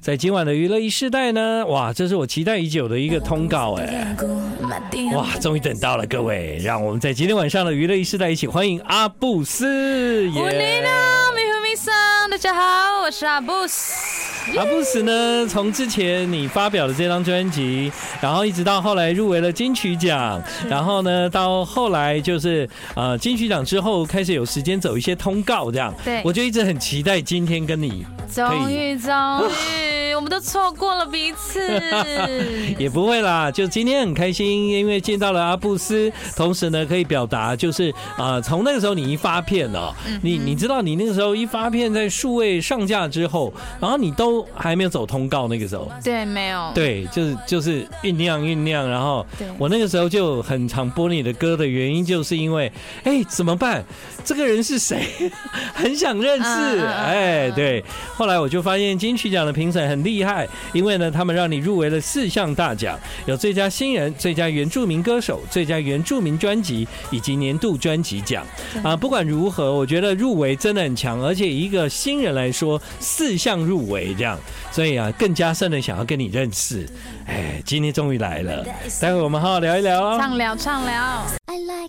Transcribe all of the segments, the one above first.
在今晚的娱乐一世代呢，哇，这是我期待已久的一个通告哎，哇，终于等到了各位，让我们在今天晚上的娱乐一世代一起欢迎阿布斯耶！ 大家好，我是阿布斯。 阿布斯呢，从之前你发表的这张专辑，然后一直到后来入围了金曲奖，然后呢，到后来就是金曲奖之后开始有时间走一些通告这样， 对， 我就一直很期待今天跟你终于我们都错过了彼此。 也不会啦，就今天很开心，因为见到了阿布斯，同时呢可以表达就是从那个时候你一发片哦，你知道你那个时候一发片在数位上架之后，然后你都还没有走通告，那个时候对没有， 对，就是酝酿，然后我那个时候就很常播你的歌的原因，就是因为怎么办？这个人是谁？很想认识，对。后来我就发现金曲奖的评审很厉害，因为呢，他们让你入围了4项大奖，有最佳新人、最佳原住民歌手、最佳原住民专辑以及年度专辑奖不管如何，我觉得入围真的很强，而且一个新人来说4项入围这样，所以更加深的想要跟你认识。今天终于来了，待会我们好好聊一聊哦。 畅聊。 I like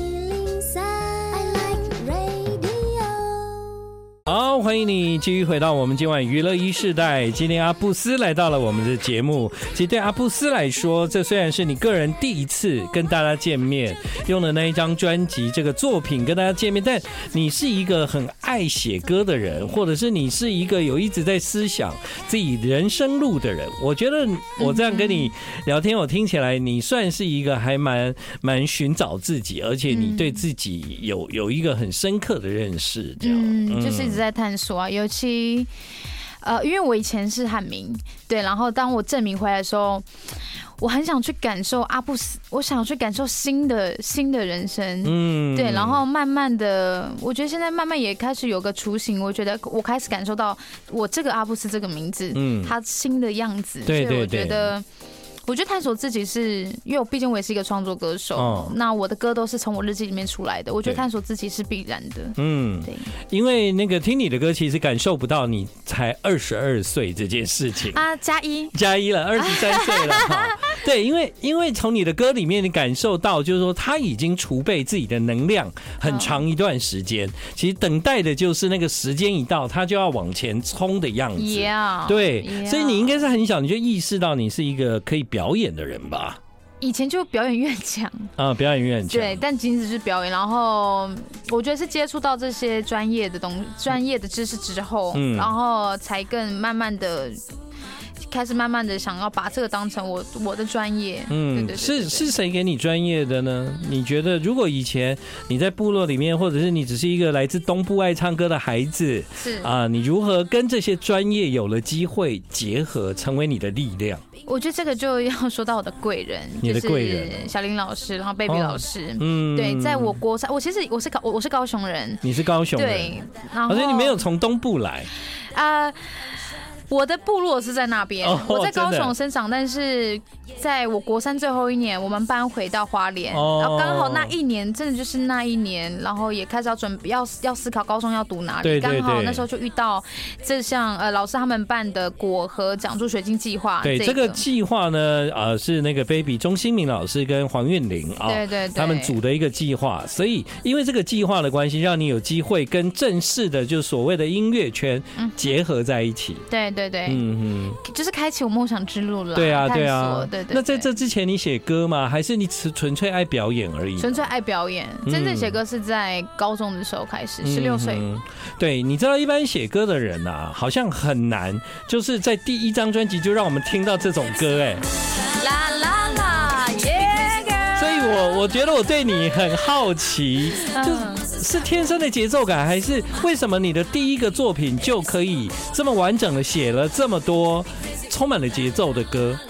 103, I like radio。 好，欢迎你继续回到我们今晚娱乐一世代。今天阿布斯来到了我们的节目。其实对阿布斯来说，这虽然是你个人第一次跟大家见面，用的那一张专辑这个作品跟大家见面，但你是一个很爱写歌的人，或者是你是一个有一直在思想自己人生路的人。我觉得我这样跟你聊天，我听起来你算是一个还蛮寻找自己，而且你对自己有一个很深刻的认识，这样就是一直在探索啊，尤其因为我以前是汉民，对，然后当我证明回来的时候，我很想去感受阿布斯，我想去感受新的人生，对，然后慢慢的，我觉得现在慢慢也开始有个雏形，我觉得我开始感受到我这个阿布斯这个名字，它新的样子， 对， 所以我觉得探索自己是，因为毕竟我也是一个创作歌手，那我的歌都是从我日记里面出来的，我觉得探索自己是必然的。对， 因为那个听你的歌，其实感受不到你才22岁这件事情啊，加一了，23岁了哈。对，因为从你的歌里面你感受到，就是说他已经储备自己的能量很长一段时间，其实等待的就是那个时间一到，他就要往前冲的样子。对，所以你应该是很小你就意识到你是一个可以表演的人吧？ 以前就表演越强表演越强， 对，但仅只是表演。然后我觉得是接触到这些专业的知识之后，然后才更开始慢慢的想要把这个当成我的专业。对， 是谁给你专业的呢？你觉得如果以前你在部落里面，或者是你只是一个来自东部爱唱歌的孩子，你如何跟这些专业有了机会结合，成为你的力量？ 我觉得这个就要说到我的贵人， 你的贵人， 就是小林老师，然后 Baby 老师。对，在我国3，我其实我是高雄人。你是高雄人？对，然后所以你没有从东部来我的部落是在那边，我在高雄生长，但是在我国3最后一年，我们搬回到花莲，然后刚好那一年真的就是那一年，然后也开始要准备要思考高中要读哪里，刚好那时候就遇到这项老师他们办的果核奖助学金计划。 对，这个计划呢，是那个 Baby 钟兴民老师跟黄韵玲对，他们组的一个计划，所以因为这个计划的关系，让你有机会跟正式的就所谓的音乐圈结合在一起。 对，就是开启我梦想之路了。 对啊。 对。 那在这之前你写歌吗？还是你纯粹爱表演而已？ 纯粹爱表演，真正写歌是在高中的时候开始，16岁。 对，你知道一般写歌的人好像很难，就是在第一张专辑就让我们听到这种歌啦啦啦耶！ 所以我觉得我对你很好奇，就是天生的节奏感，还是为什么你的第一个作品就可以这么完整的写了这么多充满了节奏的歌？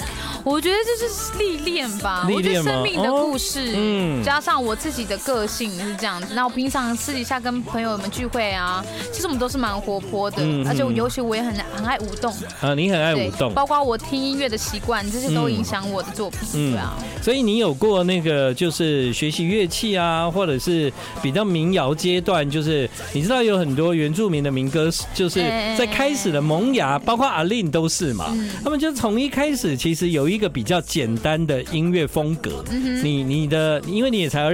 我觉得这就是历练吧，我觉得生命的故事，加上我自己的个性是这样子。那我平常私底下跟朋友们聚会啊，其实我们都是蛮活泼的，而且尤其我也很爱舞动啊，你很爱舞动， 包括我听音乐的习惯，这些都影响我的作品，对啊。 所以你有过那个就是学习乐器啊，或者是比较民谣阶段，就是你知道有很多原住民的民歌，就是在开始的萌芽，包括阿令都是嘛，他们就从一开始其实有一个比较简单的音乐风格。你的，因为你也才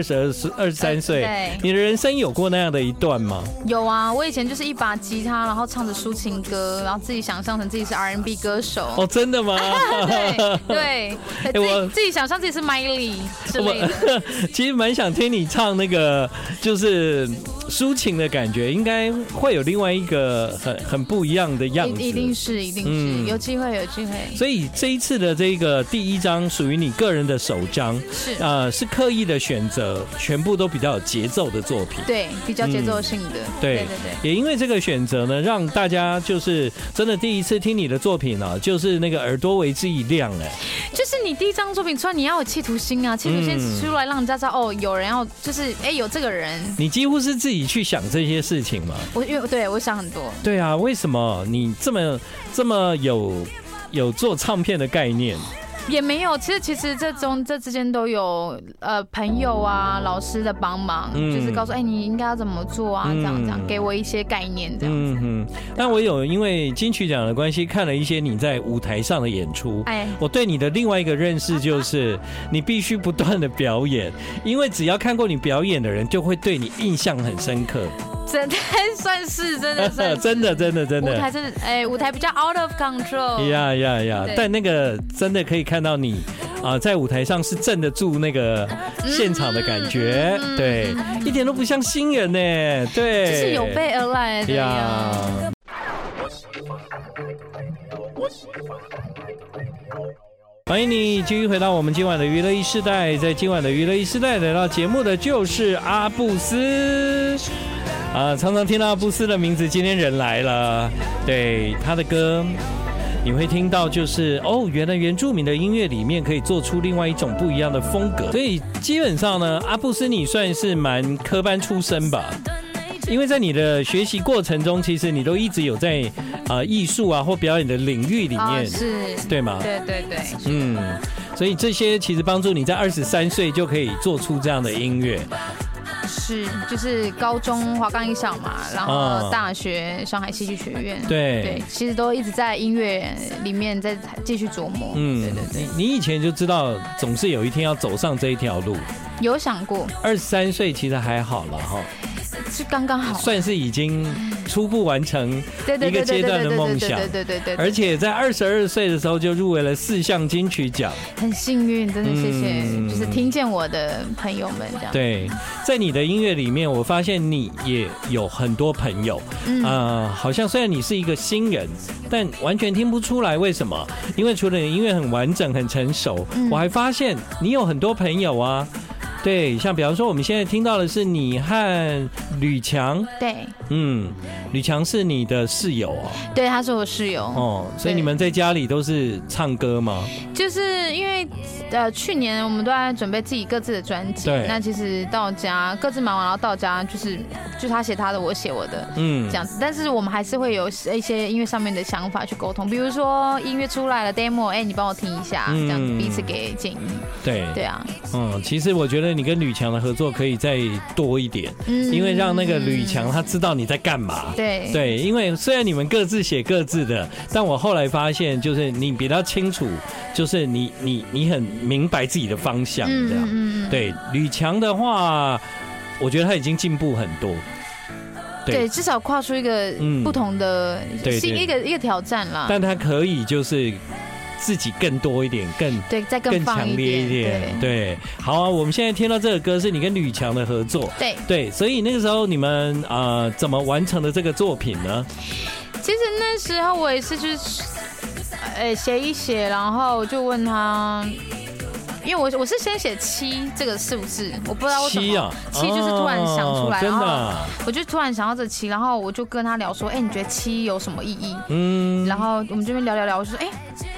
23岁，你的人生有过那样的一段吗？ 有啊，我以前就是一把吉他，然后唱着抒情歌，然后自己想象成自己是 R&B 歌手。 哦，真的吗？ 对，自己想象自己是 Miley 之类的。 其实蛮想听你唱那个，就是抒情的感觉，应该会有另外一个很不一样的样子。一定是，有机会。所以这一次的这个第一张属于你个人的首张，是刻意的选择，全部都比较有节奏的作品。对，比较节奏性的。对。也因为这个选择呢，让大家就是真的第一次听你的作品啊，就是那个耳朵为之一亮就是你第一张作品出来，你要有企图心啊，企图心出来让人家知道哦，有人要就是有这个人。你几乎是自己去想这些事情吗？我想很多。对啊，为什么你这么有做唱片的概念？也没有，其实这之间都有朋友啊、老师的帮忙，就是告诉你应该要怎么做啊，这样给我一些概念这样子。但我有因为金曲奖的关系看了一些你在舞台上的演出，我对你的另外一个认识就是你必须不断的表演，因为只要看过你表演的人就会对你印象很深刻。真的算是真的舞台真的舞台比较 out of control。呀，但那个真的可以看到你在舞台上是镇得住那个现场的感觉，对，一点都不像新人呢，对，就是有备而来的呀。欢迎你继续回到我们今晚的娱乐一世代，在今晚的娱乐一世代来到节目的就是阿布斯。常常听到阿布斯的名字，今天人来了。对，他的歌你会听到就是原来原住民的音乐里面可以做出另外一种不一样的风格。所以基本上呢，阿布斯你算是蛮科班出身吧，因为在你的学习过程中，其实你都一直有在艺术啊或表演的领域里面，是，对吗？对，所以这些其实帮助你在23岁就可以做出这样的音乐。是，就是高中华冈艺校嘛，然后大学上海戏剧学院，对，其实都一直在音乐里面在继续琢磨。对。你以前就知道总是有一天要走上这一条路？有想过。23岁其实还好了哈。是刚刚好，算是已经初步完成一个阶段的梦想。对，而且在22岁的时候就入围了4项金曲奖，很幸运，真的谢谢，就是听见我的朋友们这样。对，在你的音乐里面，我发现你也有很多朋友，好像虽然你是一个新人，但完全听不出来为什么，因为除了你的音乐很完整、很成熟，我还发现你有很多朋友啊。对，像比方说我们现在听到的是你和吕强，对，吕强是你的室友哦，对，他是我室友哦，所以你们在家里都是唱歌吗？就是因为去年我们都在准备自己各自的专辑，那其实到家各自忙完，然后到家就是他写他的，我写我的，这样子，但是我们还是会有一些音乐上面的想法去沟通，比如说音乐出来了 demo， 你帮我听一下，这样子彼此给建议。对啊，其实我觉得你跟吕强的合作可以再多一点，因为让那个吕强他知道你在干嘛。对，因为虽然你们各自写各自的，但我后来发现就是你比较清楚，就是你很明白自己的方向这样。对，吕强的话，我觉得他已经进步很多。对，至少跨出一个不同的一个挑战啦。但他可以就是自己更多一点，再更强烈一点。对，好啊，我们现在听到这个歌是你跟吕强的合作。对，所以那个时候你们怎么完成的这个作品呢？其实那时候我也是就是写一写，然后就问他。因为我是先写7这个数字，我不知道为什么7就是突然想出来，真的，我就突然想到这7，然后我就跟他聊说，你觉得7有什么意义？然后我们这边聊，我就说，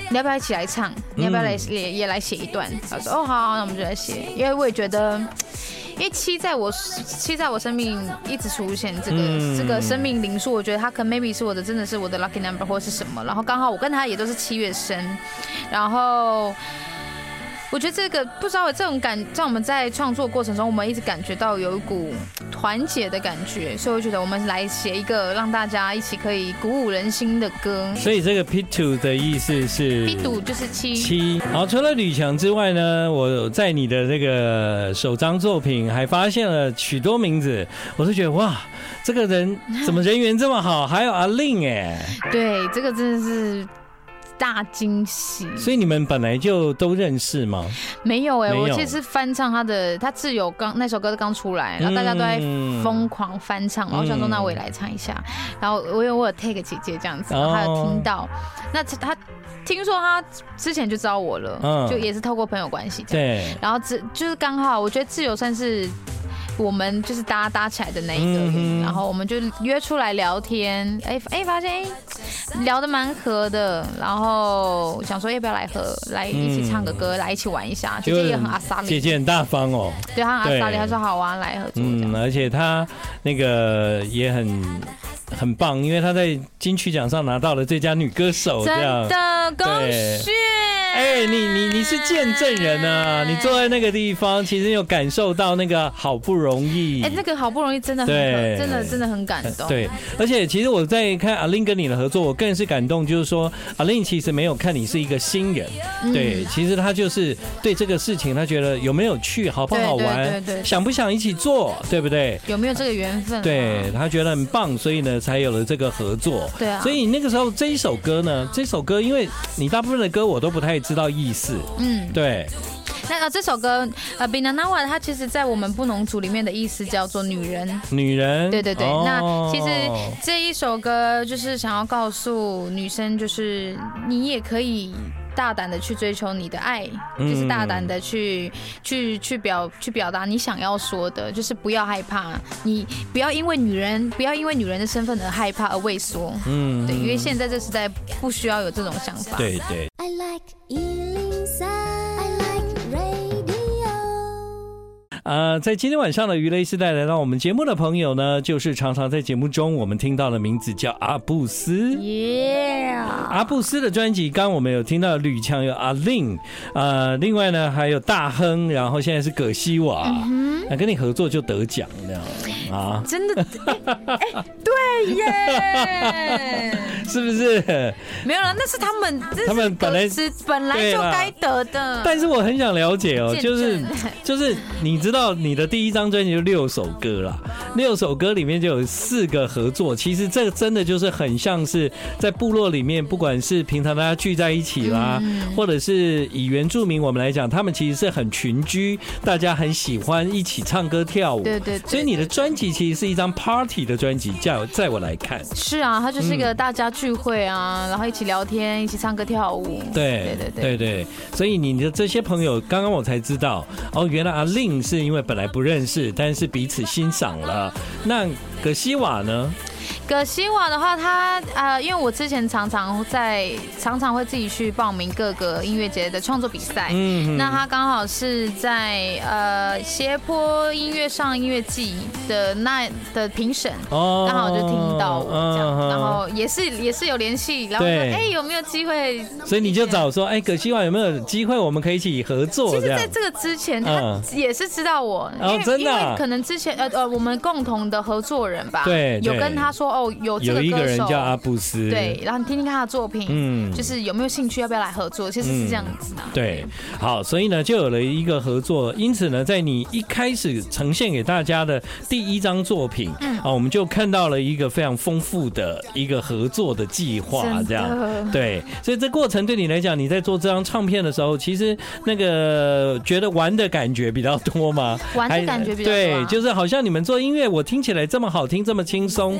你要不要一起来唱？你要不要也来写一段？他说哦好，那我们就来写，因为我也觉得。因为七在我生命一直出现这个生命灵数，我觉得他可能 maybe 是真的是我的 lucky number 或是什么，然后刚好我跟他也都是7月生，然后我觉得这个不知道这种在我们在创作过程中，我们一直感觉到有一股团结的感觉，所以我觉得我们来写一个让大家一起可以鼓舞人心的歌。 所以这个 Pitu 的意思是 Pitu 就是7。 好，除了吕强之外呢，我在你的这个首张作品还发现了许多名字，我是觉得哇，这个人怎么人缘这么好？还有阿令哎， 对，这个真的是。大惊喜， 所以你们本来就都认识吗？ 没有我其实是翻唱他挚友那首歌刚出来，然后大家都在疯狂翻唱，然后我想说那我也来唱一下，然后我有 take 姐姐这样子，然后他有听到，那他听说他之前就知道我了，就也是透过朋友关系，对，然后就是刚好我觉得挚友算是。我们就是搭起来的那一个，然后我们就约出来聊天，发现聊得蛮合的，然后想说要不要来一起唱个歌，来一起玩一下。姐姐也很阿萨里， 姐姐很大方哦， 对，她很阿萨里，她说好啊，来合作。 而且她那个也很棒，因为她在金曲奖上拿到了最佳女歌手，这样真的恭喜！ 你是见证人啊！你坐在那个地方，其实有感受到那个好不容易。 那个好不容易真的真的很感动。 对，而且其实我在看阿令跟你的合作，我更是感动，就是说阿令其实没有看你是一个新人，对，其实他就是对这个事情，他觉得有没有趣，好不好玩，想不想一起做，对不对？ 有没有这个缘分？ 对，他觉得很棒，所以呢才有了这个合作。 对啊。 所以那个时候这一首歌呢，因为你大部分的歌我都不太知道意思，对。 那这首歌Binanawa 它其实在我们布农族里面的意思叫做女人。对。那其实这一首歌就是想要告诉女生，就是你也可以大胆的去追求你的爱，就是大胆的去表达你想要说的，就是不要害怕，你不要因为女人的身份而害怕而畏缩。对，因为现在这时代不需要有这种想法。 对。 I like 103, I like radio. 在今天晚上的娱乐时代来到我们节目的朋友呢，就是常常在节目中我们听到的名字叫阿布斯。阿布斯的专辑，刚刚我们有听到吕强有阿令，另外呢还有大亨，然后现在是葛西瓦，跟你合作就得奖这样啊， 真的，对耶， 是不是？ 没有了，那是他们本来就该得的。 但是我很想了解哦，就是你知道你的第一张专辑就6首歌啦，6首歌里面就有4个合作，其实这个真的就是很像是在部落里面，不管是平常大家聚在一起啦，或者是以原住民我们来讲，他们其实是很群居，大家很喜欢一起唱歌跳舞。对。所以你的专辑其实是一张 party 的专辑，在我来看。 是啊，它就是一个大家聚会啊，然后一起聊天，一起唱歌跳舞。 对。所以你的这些朋友，刚刚我才知道哦，原来阿令是因为本来不认识，但是彼此欣赏了。那葛西瓦呢？ 葛西瓦的话，他因为我之前常常会自己去报名各个音乐节的创作比赛，那他刚好是在斜坡音乐上音乐季的评审，刚好就听到我这样，然后也是有联系，然后说有没有机会？ 所以你就找说葛西瓦有没有机会我们可以一起合作？ 其实在这个之前，他也是知道我，因为可能之前我们共同的合作人吧，有跟他说有这个歌手，有一个人叫阿布斯， 对，然后你听听看他的作品，就是有没有兴趣，要不要来合作？其实是这样子的。 对，好，所以呢就有了一个合作，因此呢，在你一开始呈现给大家的第一张作品，我们就看到了一个非常丰富的一个合作的计划，这样，对，所以这过程对你来讲，你在做这张唱片的时候，其实那个觉得玩的感觉比较多吗？ 玩的感觉比较多， 对，就是好像你们做音乐，我听起来这么好听，这么轻松，就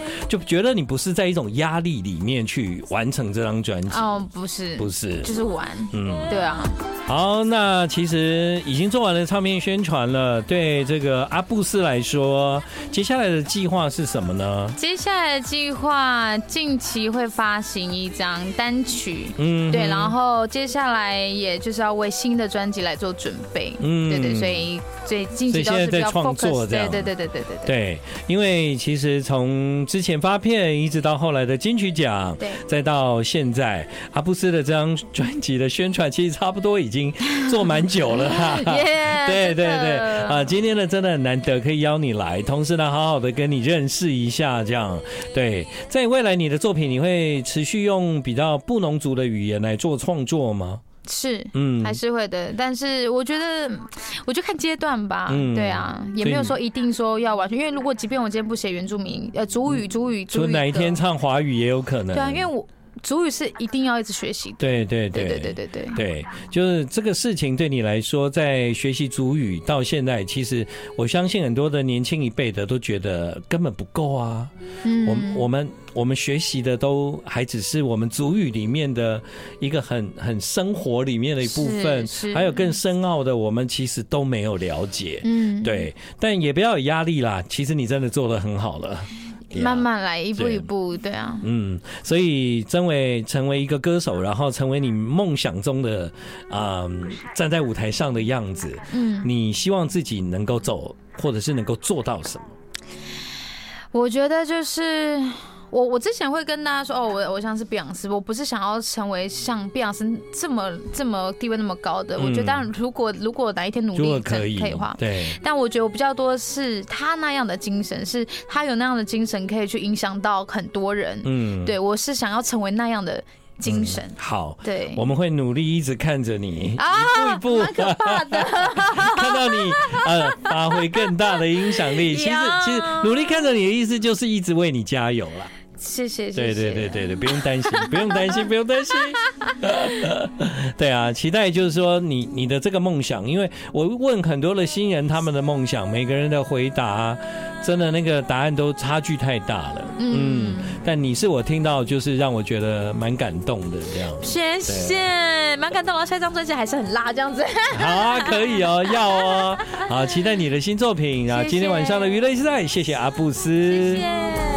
觉得你不是在一种压力里面去完成这张专辑。 哦，不是， 不是， 就是玩。对啊。 好，那其实已经做完了唱片宣传了。对这个阿布斯来说，接下来的计划是什么呢？ 接下来的计划近期会发行一张单曲，对，然后接下来也就是要为新的专辑来做准备，对，所以近期都是比较 focus， 对， 因为其实从之前发片一直到后来的金曲奖， 对， 再到现在阿布斯的这张专辑的宣传，其实差不多已经做蛮久了哈。对，今天呢真的很难得可以邀你来，同时呢好好的跟你认识一下，这样对。在未来你的作品，你会持续用比较布农族的语言来做创作吗？ 是，还是会的，但是我觉得看阶段吧，对啊，也没有说一定说要完全，因为如果即便我今天不写原住民，族语，就哪一天唱华语也有可能， 对啊，因为族语是一定要一直学习的。对， 就是这个事情对你来说，在学习族语到现在，其实我相信很多的年轻一辈的都觉得根本不够啊。我们学习的都还只是我们族语里面的一个很生活里面的一部分，还有更深奥的，我们其实都没有了解。对，但也不要有压力啦。其实你真的做得很好了。 慢慢来，一步一步，对啊， 所以成为一个歌手，然后成为你梦想中的站在舞台上的样子，你希望自己能够走，或者是能够做到什么？ 我觉得就是我之前会跟大家说，我像是碧昂斯，我不是想要成为像碧昂斯这么地位那么高的。我觉得当然，如果哪一天努力可以的话， 对。 但我觉得我比较多是他那样的精神，是他有那样的精神可以去影响到很多人。对，我是想要成为那样的精神。 好， 对， 我们会努力一直看着你，一步一步， 蛮可怕的， 看到你发挥更大的影响力。其实努力看着你的意思就是一直为你加油啦。 谢谢。 对，不用担心，不用担心。对啊，期待就是说你的这个梦想，因为我问很多的新人他们的梦想，每个人的回答真的那个答案都差距太大了。但你是我听到就是让我觉得蛮感动的这样。 谢谢，蛮感动的。下一张专辑还是很辣这样子。 好啊，可以哦，要哦。好，期待你的新作品啊！今天晚上的娱乐时代，谢谢阿布斯。 谢谢。